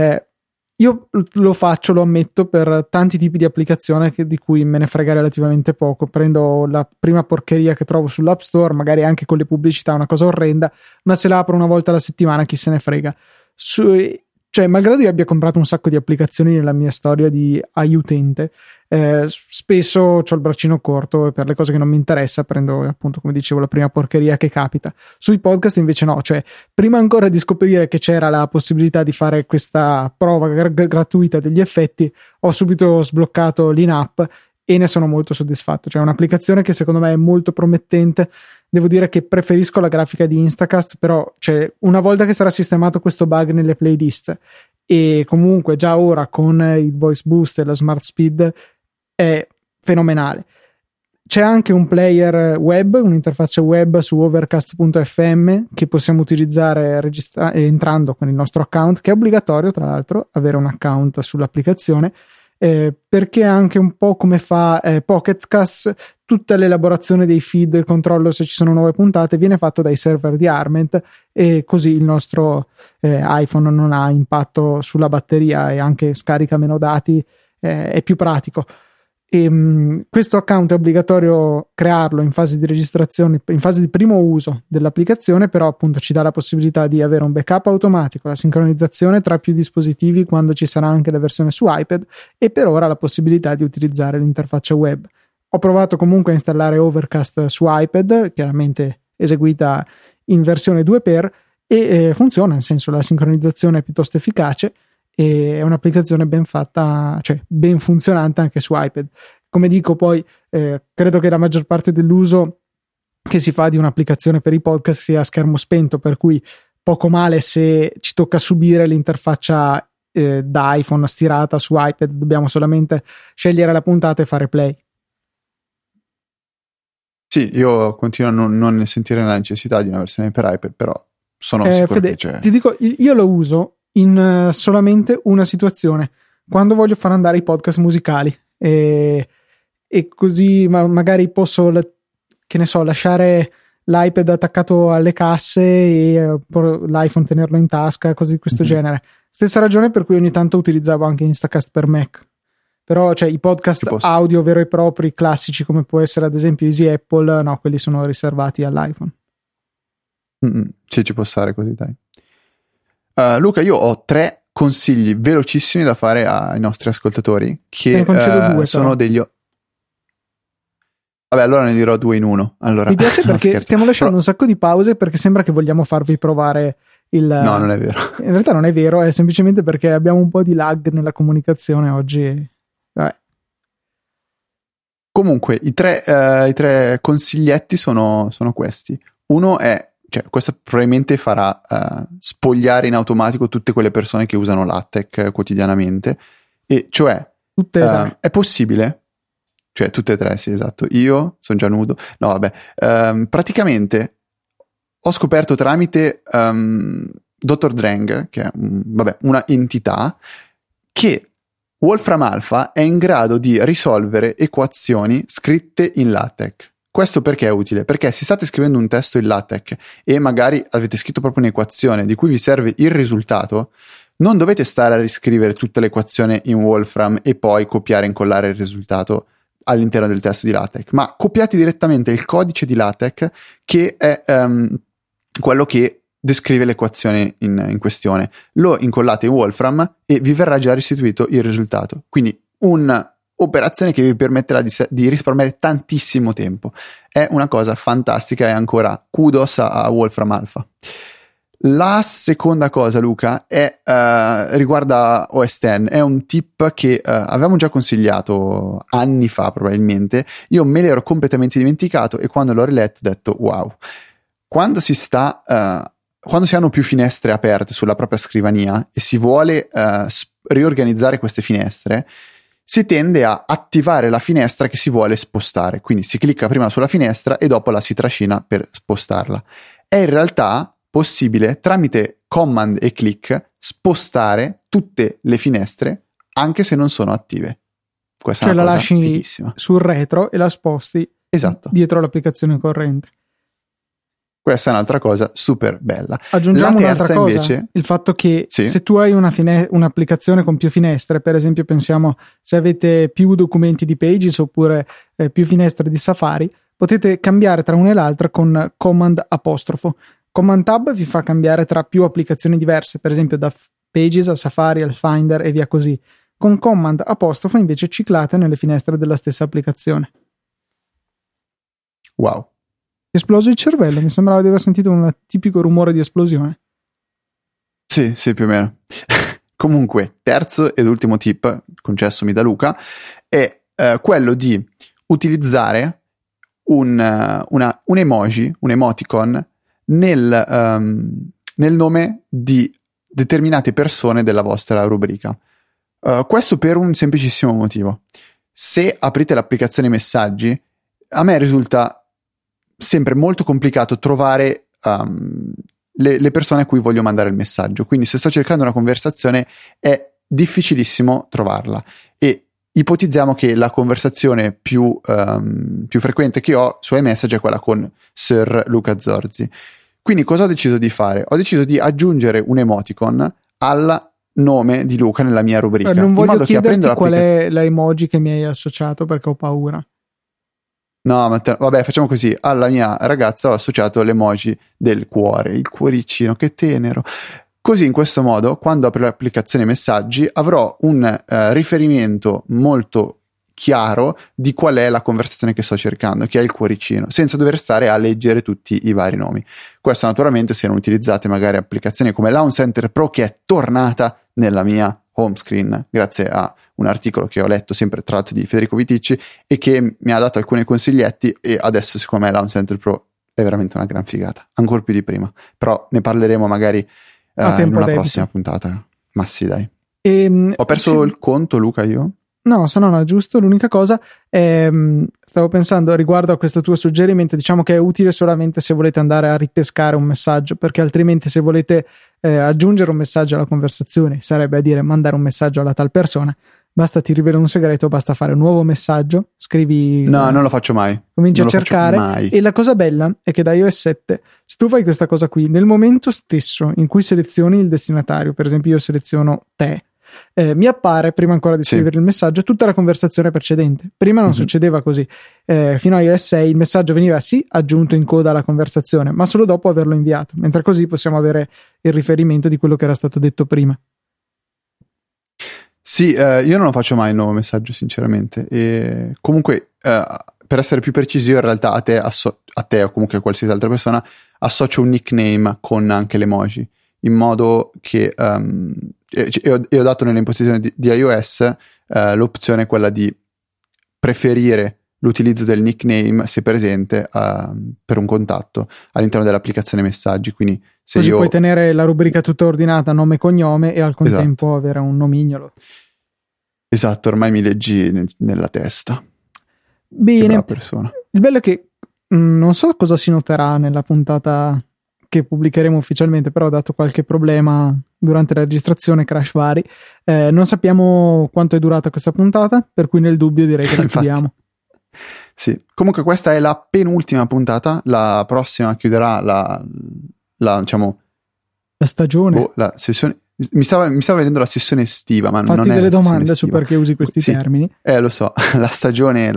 Io lo faccio, lo ammetto, per tanti tipi di applicazione di cui me ne frega relativamente poco. Prendo la prima porcheria che trovo sull'App Store, magari anche con le pubblicità, una cosa orrenda, ma se la apro una volta alla settimana chi se ne frega. Cioè, malgrado io abbia comprato un sacco di applicazioni nella mia storia di aiutente, spesso ho il braccino corto e per le cose che non mi interessa prendo, appunto, come dicevo, la prima porcheria che capita. Sui podcast invece no, cioè prima ancora di scoprire che c'era la possibilità di fare questa prova gratuita degli effetti, ho subito sbloccato l'in-app e ne sono molto soddisfatto. Cioè, è un'applicazione che secondo me è molto promettente. Devo dire che preferisco la grafica di Instacast, però cioè, una volta che sarà sistemato questo bug nelle playlist, e comunque già ora con il voice boost e la smart speed è fenomenale. C'è anche un player web, un'interfaccia web su overcast.fm che possiamo utilizzare entrando con il nostro account, che è obbligatorio tra l'altro avere un account sull'applicazione, perché anche un po' come fa Pocket Cast, tutta l'elaborazione dei feed, il controllo se ci sono nuove puntate viene fatto dai server di Arment, e così il nostro iPhone non ha impatto sulla batteria e anche scarica meno dati, è più pratico. Questo account è obbligatorio crearlo in fase di registrazione, in fase di primo uso dell'applicazione, però appunto ci dà la possibilità di avere un backup automatico, la sincronizzazione tra più dispositivi quando ci sarà anche la versione su iPad, e per ora la possibilità di utilizzare l'interfaccia web. Ho provato comunque a installare Overcast su iPad, chiaramente eseguita in versione 2x, e funziona, nel senso la sincronizzazione è piuttosto efficace e è un'applicazione ben fatta, cioè ben funzionante anche su iPad. Come dico, poi credo che la maggior parte dell'uso che si fa di un'applicazione per i podcast sia a schermo spento, per cui poco male se ci tocca subire l'interfaccia da iPhone stirata su iPad, dobbiamo solamente scegliere la puntata e fare play. Sì, io continuo a non sentire la necessità di una versione per iPad, però sono sicuro Fede, che c'è. ti dico, io lo uso in solamente una situazione, quando voglio far andare i podcast musicali, e così magari posso, che ne so, lasciare l'iPad attaccato alle casse e l'iPhone tenerlo in tasca, cose di questo genere. Stessa ragione per cui ogni tanto utilizzavo anche Instacast per Mac. Però cioè, i podcast audio vero e propri classici, come può essere ad esempio Easy Apple, no, quelli sono riservati all'iPhone. Sì, ci può stare così, dai. Luca, io ho 3 consigli velocissimi da fare ai nostri ascoltatori, che sono degli... Vabbè, allora ne dirò 2 in 1. Allora, mi piace perché stiamo lasciando un sacco di pause, perché sembra che vogliamo farvi provare il... No, non è vero. In realtà non è vero, è semplicemente perché abbiamo un po' di lag nella comunicazione oggi. Vabbè. Comunque, i tre consiglietti sono questi. Uno è, cioè, questo probabilmente farà spogliare in automatico tutte quelle persone che usano LaTeX quotidianamente, e cioè è possibile, cioè tutte e 3, sì, esatto, io sono già nudo, no vabbè, praticamente ho scoperto tramite Dr. Drang, che è una entità, che Wolfram Alpha è in grado di risolvere equazioni scritte in LaTeX. Questo perché è utile? Perché se state scrivendo un testo in LaTeX e magari avete scritto proprio un'equazione di cui vi serve il risultato, non dovete stare a riscrivere tutta l'equazione in Wolfram e poi copiare e incollare il risultato all'interno del testo di LaTeX, ma copiate direttamente il codice di LaTeX, che è quello che descrive l'equazione in questione. Lo incollate in Wolfram e vi verrà già restituito il risultato. Quindi un'operazione che vi permetterà di risparmiare tantissimo tempo. È una cosa fantastica, e ancora kudos a Wolfram Alpha. La seconda cosa, Luca, riguarda OS X. È un tip che avevamo già consigliato anni fa probabilmente. Io me l'ero completamente dimenticato, e quando l'ho riletto ho detto wow. Quando si hanno più finestre aperte sulla propria scrivania e si vuole riorganizzare queste finestre, si tende a attivare la finestra che si vuole spostare. Quindi si clicca prima sulla finestra e dopo la si trascina per spostarla. È in realtà possibile, tramite command e click, spostare tutte le finestre anche se non sono attive. Questa cioè è una la cosa lasci fighissima. sul retro e la sposti dietro l'applicazione corrente. Questa è un'altra cosa super bella. Aggiungiamo la un'altra terza, cosa, invece, il fatto che sì, se tu hai un'applicazione con più finestre, per esempio pensiamo se avete più documenti di Pages oppure più finestre di Safari, potete cambiare tra una e l'altra con Command apostrofo. Command Tab vi fa cambiare tra più applicazioni diverse, per esempio da Pages a Safari al Finder e via così. Con Command apostrofo invece ciclate nelle finestre della stessa applicazione. Wow. Esploso il cervello, mi sembrava di aver sentito un tipico rumore di esplosione. Sì, più o meno. Comunque, terzo ed ultimo tip concessomi da Luca è quello di utilizzare un emoji, un emoticon nel nome di determinate persone della vostra rubrica. Questo per un semplicissimo motivo. Se aprite l'applicazione messaggi, a me risulta sempre molto complicato trovare le persone a cui voglio mandare il messaggio. Quindi se sto cercando una conversazione è difficilissimo trovarla, e ipotizziamo che la conversazione più frequente che ho su iMessage è quella con Sir Luca Zorzi. Quindi cosa ho deciso di fare? Ho deciso di aggiungere un emoticon al nome di Luca nella mia rubrica. Non voglio chiederti qual è l'emoji che mi hai associato, perché ho paura. No, ma vabbè, facciamo così. Alla mia ragazza ho associato l'emoji del cuore, il cuoricino, che tenero. Così, in questo modo, quando apro l'applicazione messaggi, avrò un riferimento molto chiaro di qual è la conversazione che sto cercando, che è il cuoricino, senza dover stare a leggere tutti i vari nomi. Questo naturalmente se non utilizzate magari applicazioni come Launch Center Pro, che è tornata nella mia home screen grazie a un articolo che ho letto sempre tratto di Federico Viticci e che mi ha dato alcuni consiglietti, e adesso secondo me Launch Center Pro è veramente una gran figata, ancora più di prima, però ne parleremo magari in una prossima puntata. Ma sì, dai. Ho perso il conto, Luca, io? No, se no, giusto. L'unica cosa è, stavo pensando riguardo a questo tuo suggerimento, diciamo che è utile solamente se volete andare a ripescare un messaggio, perché altrimenti se volete aggiungere un messaggio alla conversazione, sarebbe a dire mandare un messaggio alla tal persona, basta, ti rivelo un segreto, basta fare un nuovo messaggio, scrivi... No, non lo faccio mai. Cominci a cercare, e la cosa bella è che da iOS 7, se tu fai questa cosa qui, nel momento stesso in cui selezioni il destinatario, per esempio io seleziono te, mi appare prima ancora di scrivere il messaggio tutta la conversazione precedente. Prima non succedeva così, fino a iOS 6 il messaggio veniva sì aggiunto in coda alla conversazione, ma solo dopo averlo inviato, mentre così possiamo avere il riferimento di quello che era stato detto prima. Sì, io non lo faccio mai il nuovo messaggio sinceramente, e comunque per essere più preciso, io in realtà a te o comunque a qualsiasi altra persona associo un nickname con anche l'emoji, in modo che ho dato nelle impostazioni di iOS l'opzione quella di preferire l'utilizzo del nickname se presente per un contatto all'interno dell'applicazione messaggi, quindi se così puoi tenere la rubrica tutta ordinata, nome e cognome, e al contempo avere un nomignolo. Esatto, ormai mi leggi nella testa. Bene, il bello è che non so cosa si noterà nella puntata che pubblicheremo ufficialmente, però ho dato qualche problema durante la registrazione, crash vari, non sappiamo quanto è durata questa puntata, per cui nel dubbio direi che la chiudiamo. Sì, comunque questa è la penultima puntata, la prossima chiuderà la diciamo la stagione, la sessione. Mi stava venendo la sessione estiva, ma fatti non è delle domande estiva. su perché usi questi termini. Lo so, la stagione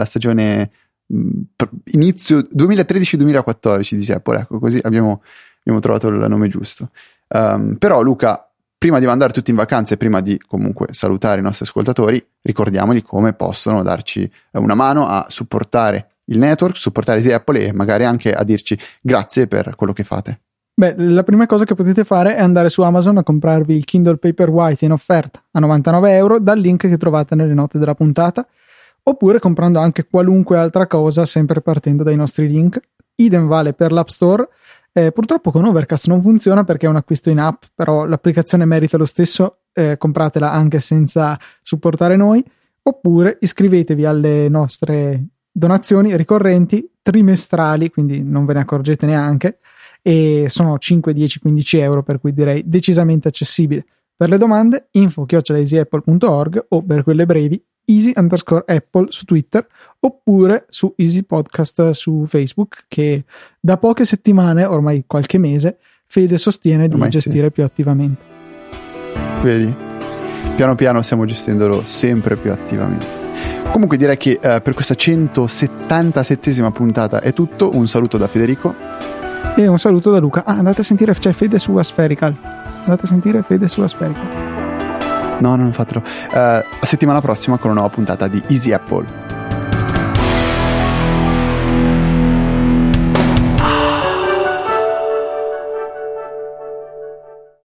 inizio 2013-2014 di Apple, ecco, così abbiamo trovato il nome giusto. Però Luca, prima di mandare tutti in vacanza e prima di comunque salutare i nostri ascoltatori, ricordiamoli come possono darci una mano a supportare il network, supportare Easy Apple e magari anche a dirci grazie per quello che fate. Beh, la prima cosa che potete fare è andare su Amazon a comprarvi il Kindle Paperwhite in offerta a €99 dal link che trovate nelle note della puntata, oppure comprando anche qualunque altra cosa sempre partendo dai nostri link. Idem vale per l'App Store. Purtroppo con Overcast non funziona perché è un acquisto in app, però l'applicazione merita lo stesso, compratela anche senza supportare noi, oppure iscrivetevi alle nostre donazioni ricorrenti trimestrali, quindi non ve ne accorgete neanche, e sono 5, 10, 15 euro, per cui direi decisamente accessibile. Per le domande info@easyapple.org o per quelle brevi easy_apple su Twitter oppure su Easy Podcast su Facebook, che da poche settimane, ormai qualche mese, Fede sostiene di gestire più attivamente. Vedi? Piano piano stiamo gestendolo sempre più attivamente. Comunque direi che per questa 177esima puntata è tutto. Un saluto da Federico e un saluto da Luca. Andate a sentire, c'è Fede su Aspherical. Andate a sentire Fede su Aspherical. No, non fatelo. A settimana prossima con una nuova puntata di Easy Apple.